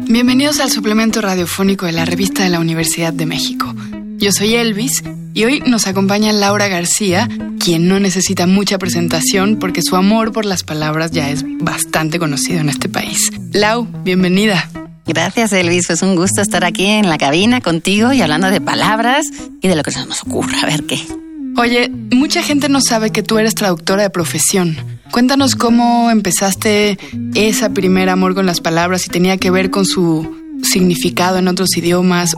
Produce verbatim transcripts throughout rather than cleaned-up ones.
Bienvenidos al suplemento radiofónico de la revista de la Universidad de México. Yo soy Elvis y hoy nos acompaña Laura García, quien no necesita mucha presentación porque su amor por las palabras ya es bastante conocido en este país. Lau, bienvenida. Gracias, Elvis. Es un gusto estar aquí en la cabina contigo y hablando de palabras y de lo que se nos ocurra. A ver qué. Oye, mucha gente no sabe que tú eres traductora de profesión. Cuéntanos cómo empezaste ese primer amor con las palabras, si tenía que ver con su significado en otros idiomas.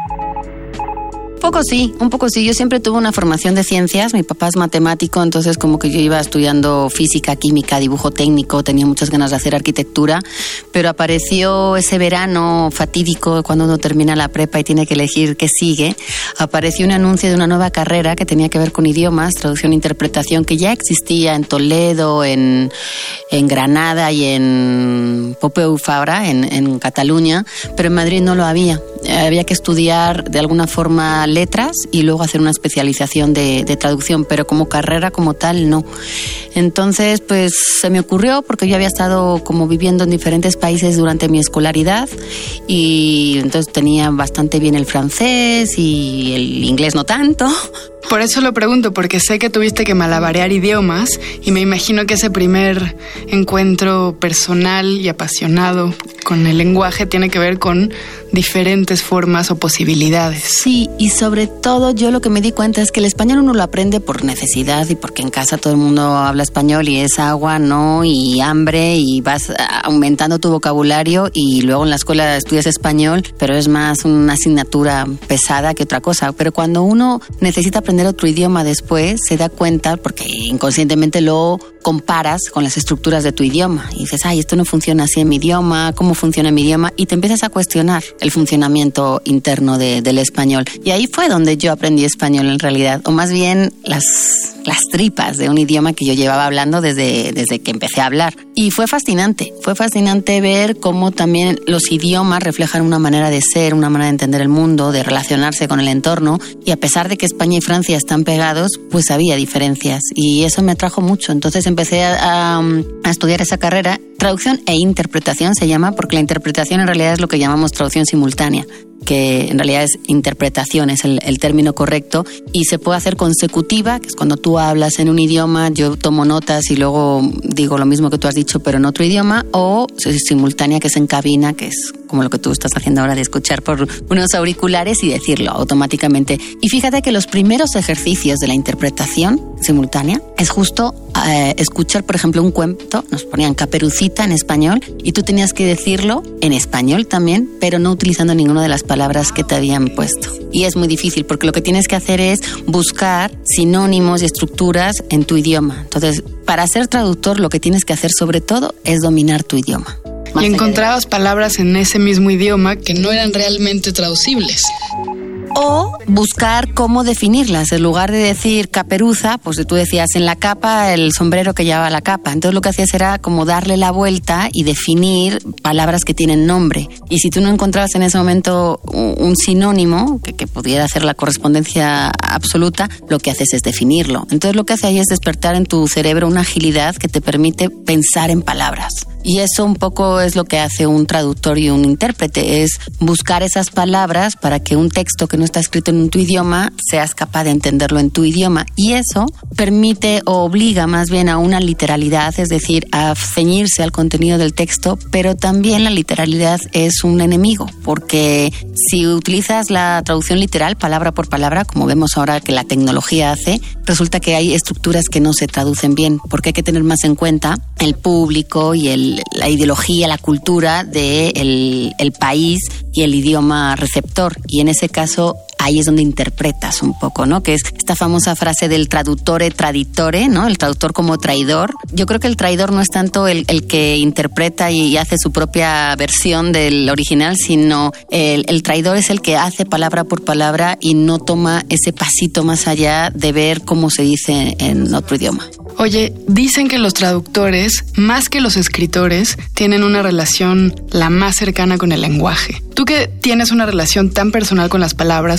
Un poco sí, un poco sí. Yo siempre tuve una formación de ciencias. Mi papá es matemático, entonces como que yo iba estudiando física, química, dibujo técnico, tenía muchas ganas de hacer arquitectura, pero apareció ese verano fatídico cuando uno termina la prepa y tiene que elegir qué sigue. Apareció un anuncio de una nueva carrera que tenía que ver con idiomas, traducción e interpretación, que ya existía en Toledo, en, en Granada y en Pompeu Fabra, en, en Cataluña, pero en Madrid no lo había. Había que estudiar de alguna forma letras y luego hacer una especialización de, de traducción, pero como carrera como tal no. Entonces pues se me ocurrió porque yo había estado como viviendo en diferentes países durante mi escolaridad y entonces tenía bastante bien el francés y el inglés no tanto. Por eso lo pregunto, porque sé que tuviste que malabarear idiomas y me imagino que ese primer encuentro personal y apasionado con el lenguaje tiene que ver con diferentes formas o posibilidades. Sí, y sobre todo yo lo que me di cuenta es que el español uno lo aprende por necesidad y porque en casa todo el mundo habla español y es agua, ¿no? Y hambre y vas aumentando tu vocabulario y luego en la escuela estudias español, pero es más una asignatura pesada que otra cosa. Pero cuando uno necesita aprender otro idioma después, se da cuenta, porque inconscientemente lo comparas con las estructuras de tu idioma y dices, ay, esto no funciona así en mi idioma, ¿cómo funciona en mi idioma? Y te empiezas a cuestionar el funcionamiento interno de, del español. Y ahí fue donde yo aprendí español en realidad, o más bien las, las tripas de un idioma que yo llevaba hablando desde, desde que empecé a hablar. Y fue fascinante, fue fascinante ver cómo también los idiomas reflejan una manera de ser, una manera de entender el mundo, de relacionarse con el entorno, y a pesar de que España y Francia están pegados, pues había diferencias y eso me atrajo mucho. Entonces empecé a, a, a estudiar esa carrera. Traducción e interpretación se llama, porque la interpretación en realidad es lo que llamamos traducción simultánea, que en realidad es interpretación, es el, el término correcto, y se puede hacer consecutiva, que es cuando tú hablas en un idioma, yo tomo notas y luego digo lo mismo que tú has dicho, pero en otro idioma, o simultánea, que es en cabina, que es como lo que tú estás haciendo ahora de escuchar por unos auriculares y decirlo automáticamente. Y fíjate que los primeros ejercicios de la interpretación simultánea es justo eh, escuchar, por ejemplo, un cuento, nos ponían Caperucita en español, y tú tenías que decirlo en español también, pero no utilizando ninguna de las palabras que te habían puesto. Y es muy difícil porque lo que tienes que hacer es buscar sinónimos y estructuras en tu idioma. Entonces, para ser traductor lo que tienes que hacer sobre todo es dominar tu idioma. Y encontrabas palabras en ese mismo idioma que no eran realmente traducibles. O buscar cómo definirlas. En lugar de decir caperuza, pues tú decías en la capa el sombrero que llevaba la capa. Entonces lo que hacías era como darle la vuelta y definir palabras que tienen nombre. Y si tú no encontrabas en ese momento un sinónimo que, que pudiera hacer la correspondencia absoluta, lo que haces es definirlo. Entonces lo que hace ahí es despertar en tu cerebro una agilidad que te permite pensar en palabras. Y eso un poco es lo que hace un traductor y un intérprete, es buscar esas palabras para que un texto que no está escrito en tu idioma seas capaz de entenderlo en tu idioma. Y eso permite o obliga más bien a una literalidad, es decir, a ceñirse al contenido del texto, pero también la literalidad es un enemigo, porque si utilizas la traducción literal, palabra por palabra, como vemos ahora que la tecnología hace, resulta que hay estructuras que no se traducen bien, porque hay que tener más en cuenta el público y el, la ideología, la cultura del de el país y el idioma receptor. Y en ese caso, ahí es donde interpretas un poco, ¿no? Que es esta famosa frase del traduttore traditore, ¿no? El traductor como traidor. Yo creo que el traidor no es tanto el, el que interpreta y, y hace su propia versión del original, sino el, el traidor es el que hace palabra por palabra y no toma ese pasito más allá de ver cómo se dice en otro idioma. Oye, dicen que los traductores, más que los escritores, tienen una relación la más cercana con el lenguaje. Tú que tienes una relación tan personal con las palabras,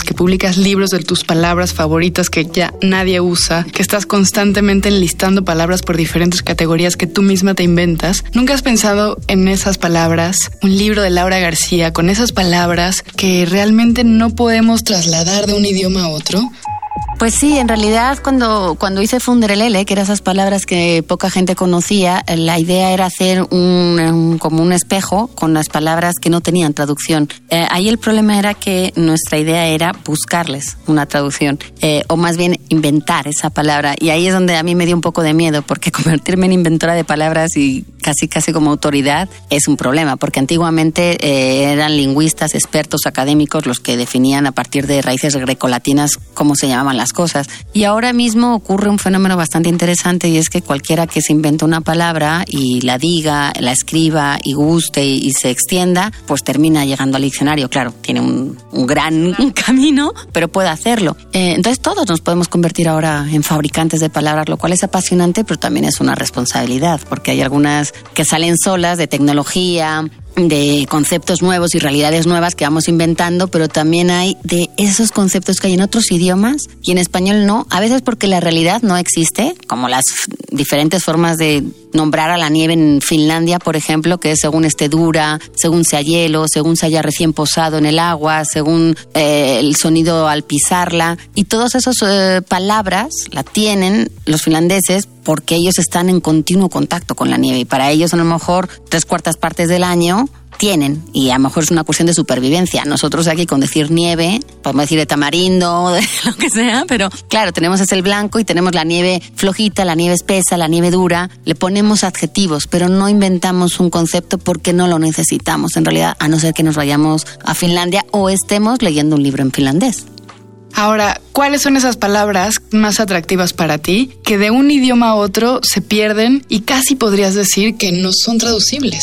que publicas libros de tus palabras favoritas que ya nadie usa, que estás constantemente enlistando palabras por diferentes categorías que tú misma te inventas. ¿Nunca has pensado en esas palabras? Un libro de Laura García con esas palabras que realmente no podemos trasladar de un idioma a otro. Pues sí, en realidad cuando, cuando hice Funderelele, que eran esas palabras que poca gente conocía, la idea era hacer un, un como un espejo con las palabras que no tenían traducción. Eh, ahí el problema era que nuestra idea era buscarles una traducción, eh, o más bien inventar esa palabra. Y ahí es donde a mí me dio un poco de miedo, porque convertirme en inventora de palabras y casi casi como autoridad es un problema, porque antiguamente eh, eran lingüistas, expertos, académicos los que definían a partir de raíces grecolatinas cómo se llamaban las cosas. Y ahora mismo ocurre un fenómeno bastante interesante, y es que cualquiera que se invente una palabra y la diga, la escriba y guste y, y se extienda, pues termina llegando al diccionario. Claro, tiene un, un gran un camino, pero puede hacerlo. Eh, entonces todos nos podemos convertir ahora en fabricantes de palabras, lo cual es apasionante, pero también es una responsabilidad, porque hay algunas que salen solas de tecnología, de conceptos nuevos y realidades nuevas que vamos inventando, pero también hay de esos conceptos que hay en otros idiomas y en español no, a veces porque la realidad no existe, como las diferentes formas de nombrar a la nieve en Finlandia, por ejemplo, que es según esté dura, según sea hielo, según se haya recién posado en el agua, según eh, el sonido al pisarla, y todas esas eh, palabras la tienen los finlandeses porque ellos están en continuo contacto con la nieve, y para ellos a lo mejor tres cuartas partes del año tienen, y a lo mejor es una cuestión de supervivencia. Nosotros aquí con decir nieve, podemos decir de tamarindo, de lo que sea, pero claro, tenemos ese el blanco y tenemos la nieve flojita, la nieve espesa, la nieve dura, le ponemos adjetivos, pero no inventamos un concepto porque no lo necesitamos en realidad, a no ser que nos vayamos a Finlandia o estemos leyendo un libro en finlandés. Ahora, ¿cuáles son esas palabras más atractivas para ti que de un idioma a otro se pierden y casi podrías decir que no son traducibles?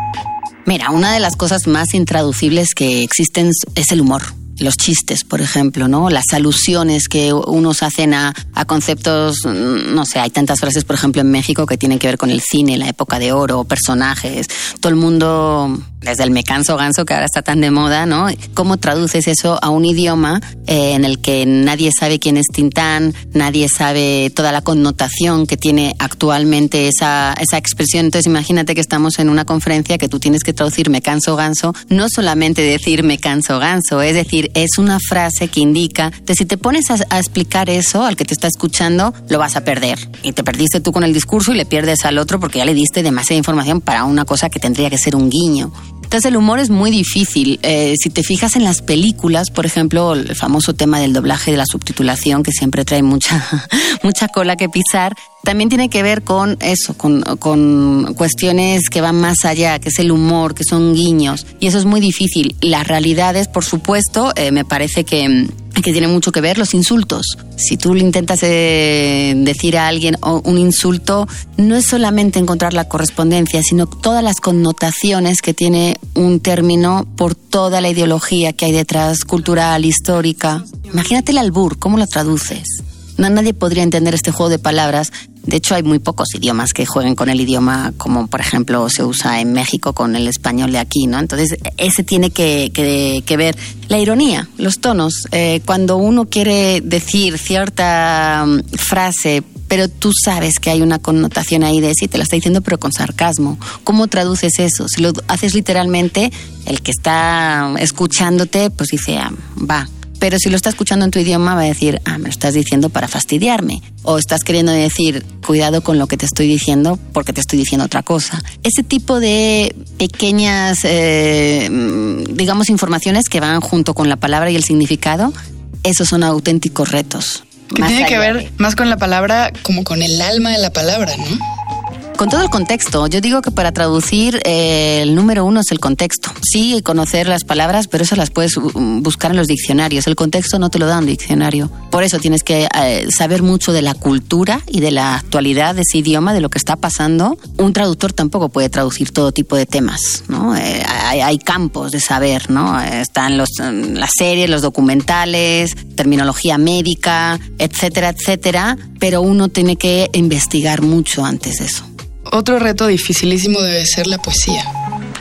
Mira, una de las cosas más intraducibles que existen es el humor. Los chistes, por ejemplo, ¿no? Las alusiones que unos hacen a, a conceptos, no sé, hay tantas frases, por ejemplo, en México que tienen que ver con el cine, la época de oro, personajes. Todo el mundo, desde el me canso ganso, que ahora está tan de moda, ¿no? ¿Cómo traduces eso a un idioma eh, en el que nadie sabe quién es Tintán, nadie sabe toda la connotación que tiene actualmente esa, esa expresión? Entonces imagínate que estamos en una conferencia que tú tienes que traducir me canso ganso, no solamente decir me canso ganso, es decir, es una frase que indica que si te pones a, a explicar eso al que te está escuchando, lo vas a perder. Y te perdiste tú con el discurso y le pierdes al otro porque ya le diste demasiada información para una cosa que tendría que ser un guiño. Entonces el humor es muy difícil. Eh, si te fijas en las películas, por ejemplo, el famoso tema del doblaje y de la subtitulación, que siempre trae mucha, mucha cola que pisar, también tiene que ver con eso, con, con cuestiones que van más allá, que es el humor, que son guiños, y eso es muy difícil. Las realidades, por supuesto, eh, me parece que, que tiene mucho que ver los insultos. Si tú le intentas eh, decir a alguien un insulto, no es solamente encontrar la correspondencia, sino todas las connotaciones que tiene un término por toda la ideología que hay detrás, cultural, histórica. Imagínate el albur, ¿cómo lo traduces? No, nadie podría entender este juego de palabras. De hecho, hay muy pocos idiomas que jueguen con el idioma, como por ejemplo se usa en México con el español de aquí, ¿no? Entonces, ese tiene que, que, que ver. La ironía, los tonos. Eh, cuando uno quiere decir cierta um, frase, pero tú sabes que hay una connotación ahí de sí, te la está diciendo pero con sarcasmo. ¿Cómo traduces eso? Si lo haces literalmente, el que está escuchándote, pues dice, ah, va. Pero si lo está escuchando en tu idioma, va a decir, ah, me lo estás diciendo para fastidiarme. O estás queriendo decir, cuidado con lo que te estoy diciendo porque te estoy diciendo otra cosa. Ese tipo de pequeñas, eh, digamos, informaciones que van junto con la palabra y el significado, esos son auténticos retos. Que tiene que ver de... más con la palabra como con el alma de la palabra, ¿no? Con todo el contexto. Yo digo que para traducir eh, el número uno es el contexto. Sí, conocer las palabras, pero eso las puedes buscar en los diccionarios. El contexto no te lo da un diccionario. Por eso tienes que eh, saber mucho de la cultura y de la actualidad de ese idioma, de lo que está pasando. Un traductor tampoco puede traducir todo tipo de temas, ¿no? Eh, hay, hay campos de saber, ¿no? Están los, las series, los documentales, terminología médica, etcétera, etcétera. Pero uno tiene que investigar mucho antes de eso. Otro reto dificilísimo debe ser la poesía.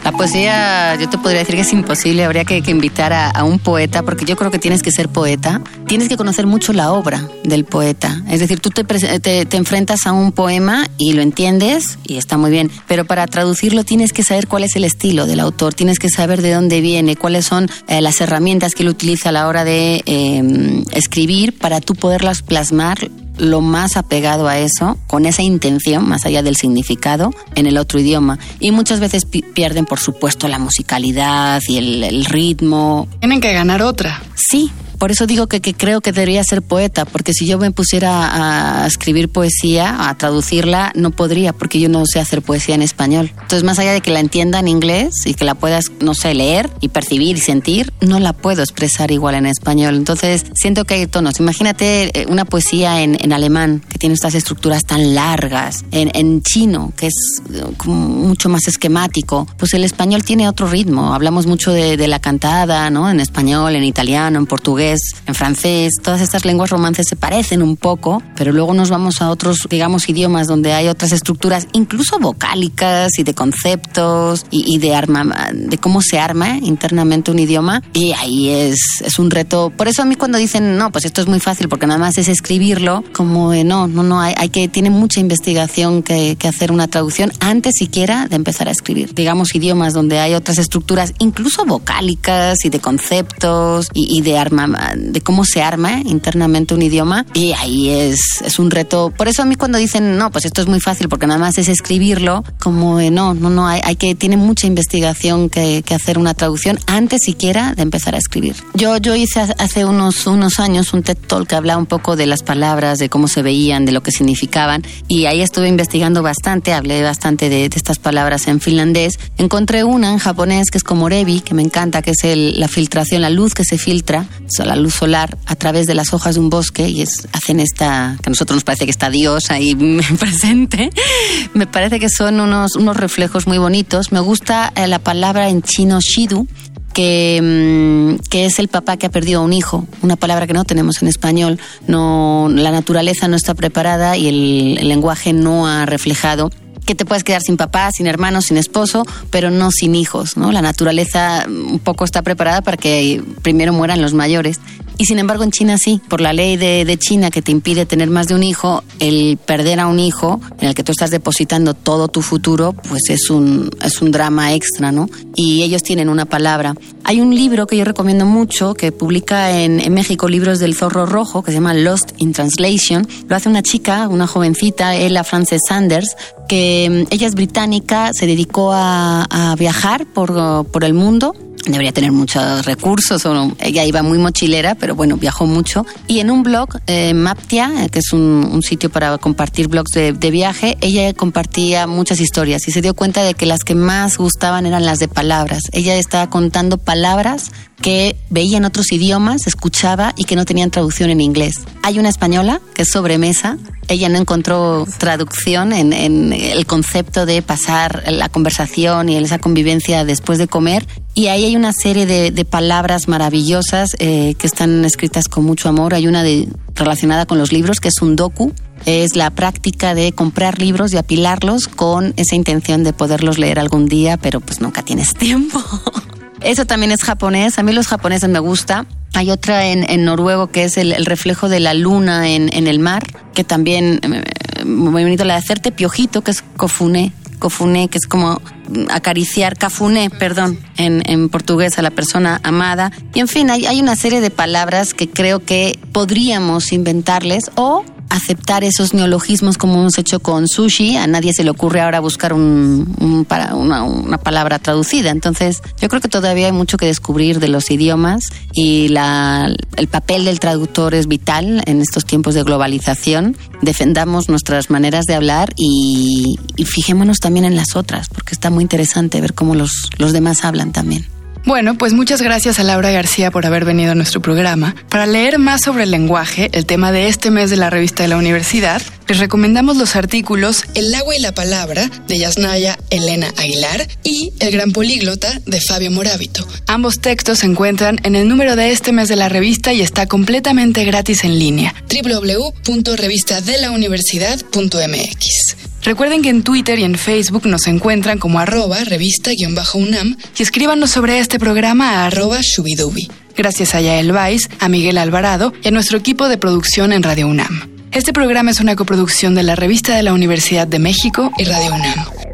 La poesía, yo te podría decir que es imposible, habría que, que invitar a, a un poeta, porque yo creo que tienes que ser poeta, tienes que conocer mucho la obra del poeta. Es decir, tú te, te, te enfrentas a un poema y lo entiendes y está muy bien, pero para traducirlo tienes que saber cuál es el estilo del autor, tienes que saber de dónde viene, cuáles son eh, las herramientas que él utiliza a la hora de eh, escribir para tú poderlas plasmar lo más apegado a eso, con esa intención, más allá del significado, en el otro idioma. Y muchas veces pi- pierden, por supuesto, la musicalidad y el, el ritmo. Tienen que ganar otra. Sí. Por eso digo que, que creo que debería ser poeta, porque si yo me pusiera a escribir poesía, a traducirla, no podría, porque yo no sé hacer poesía en español. Entonces, más allá de que la entienda en inglés y que la puedas, no sé, leer y percibir y sentir, no la puedo expresar igual en español. Entonces, siento que hay tonos. Imagínate una poesía en, en alemán, que tiene estas estructuras tan largas, en, en chino, que es como mucho más esquemático. Pues el español tiene otro ritmo. Hablamos mucho de, de la cantada, ¿no? En español, en italiano, en portugués, en francés, todas estas lenguas romances se parecen un poco, pero luego nos vamos a otros, digamos, idiomas donde hay otras estructuras, incluso vocálicas y de conceptos y, y de arma, de cómo se arma internamente un idioma, y ahí es, es un reto. Por eso a mí cuando dicen, no, pues esto es muy fácil porque nada más es escribirlo, como de, no, no, no, hay, hay que, tiene mucha investigación que, que hacer una traducción antes siquiera de empezar a escribir. Digamos, idiomas donde hay otras estructuras, incluso vocálicas y de conceptos y, y de arma, de cómo se arma internamente un idioma, y ahí es, es un reto. Por eso a mí cuando dicen, no, pues esto es muy fácil porque nada más es escribirlo, como de, no, no, no, hay, hay que, tiene mucha investigación que, que hacer una traducción antes siquiera de empezar a escribir. Yo, yo hice hace unos, unos años un TED Talk que hablaba un poco de las palabras, de cómo se veían, de lo que significaban, y ahí estuve investigando bastante, hablé bastante de, de estas palabras en finlandés. Encontré una en japonés que es como rebi, que me encanta, que es el, la filtración, la luz que se filtra, la luz solar a través de las hojas de un bosque, y es, hacen esta, que a nosotros nos parece que está Dios ahí presente, me parece que son unos, unos reflejos muy bonitos. Me gusta eh, la palabra en chino shidu, que, que es el papá que ha perdido a un hijo, una palabra que no tenemos en español. No, la naturaleza no está preparada y el, el lenguaje no ha reflejado que te puedes quedar sin papá, sin hermanos, sin esposo, pero no sin hijos, ¿no? La naturaleza un poco está preparada para que primero mueran los mayores. Y sin embargo en China sí, por la ley de, de China que te impide tener más de un hijo, el perder a un hijo en el que tú estás depositando todo tu futuro, pues es un, es un drama extra, ¿no? Y ellos tienen una palabra. Hay un libro que yo recomiendo mucho, que publica en, en México Libros del Zorro Rojo, que se llama Lost in Translation. Lo hace una chica, una jovencita, Ella Frances Sanders, que ella es británica, se dedicó a, a viajar por, por el mundo. Debería tener muchos recursos, o no. Ella iba muy mochilera, pero bueno, viajó mucho. Y en un blog, eh, Maptia, que es un, un sitio para compartir blogs de, de viaje, ella compartía muchas historias y se dio cuenta de que las que más gustaban eran las de palabras. Ella estaba contando palabras que veía en otros idiomas, escuchaba y que no tenían traducción en inglés. Hay una española que es Sobremesa. Ella no encontró traducción en, en el concepto de pasar la conversación y esa convivencia después de comer. Y ahí hay una serie de, de palabras maravillosas eh, que están escritas con mucho amor. Hay una de, relacionada con los libros, que es un doku. Es la práctica de comprar libros y apilarlos con esa intención de poderlos leer algún día, pero pues nunca tienes tiempo. Eso también es japonés. A mí los japoneses me gusta. Hay otra en, en noruego que es el, el reflejo de la luna en, en el mar, que también eh, muy bonito, la de hacerte piojito, que es kofune. Kofune, que es como acariciar, cafuné, perdón, en, en portugués a la persona amada. Y en fin, hay, hay una serie de palabras que creo que podríamos inventarles o aceptar esos neologismos como hemos hecho con sushi. A nadie se le ocurre ahora buscar un, un para una, una palabra traducida. Entonces, yo creo que todavía hay mucho que descubrir de los idiomas y la, el papel del traductor es vital en estos tiempos de globalización. Defendamos nuestras maneras de hablar y, y fijémonos también en las otras, porque está muy interesante ver cómo los, los demás hablan también. Bueno, pues muchas gracias a Laura García por haber venido a nuestro programa. Para leer más sobre el lenguaje, el tema de este mes de la revista de la universidad, les recomendamos los artículos El agua y la palabra, de Yasnaya Elena Aguilar, y El gran políglota, de Fabio Morábito. Ambos textos se encuentran en el número de este mes de la revista y está completamente gratis en línea. doble u doble u doble u punto revista de la universidad punto m x. Recuerden que en Twitter y en Facebook nos encuentran como arroba revista-unam y escríbanos sobre este programa a arroba shubidubi. Gracias a Yael Weiss, a Miguel Alvarado y a nuestro equipo de producción en Radio UNAM. Este programa es una coproducción de la Revista de la Universidad de México y Radio UNAM.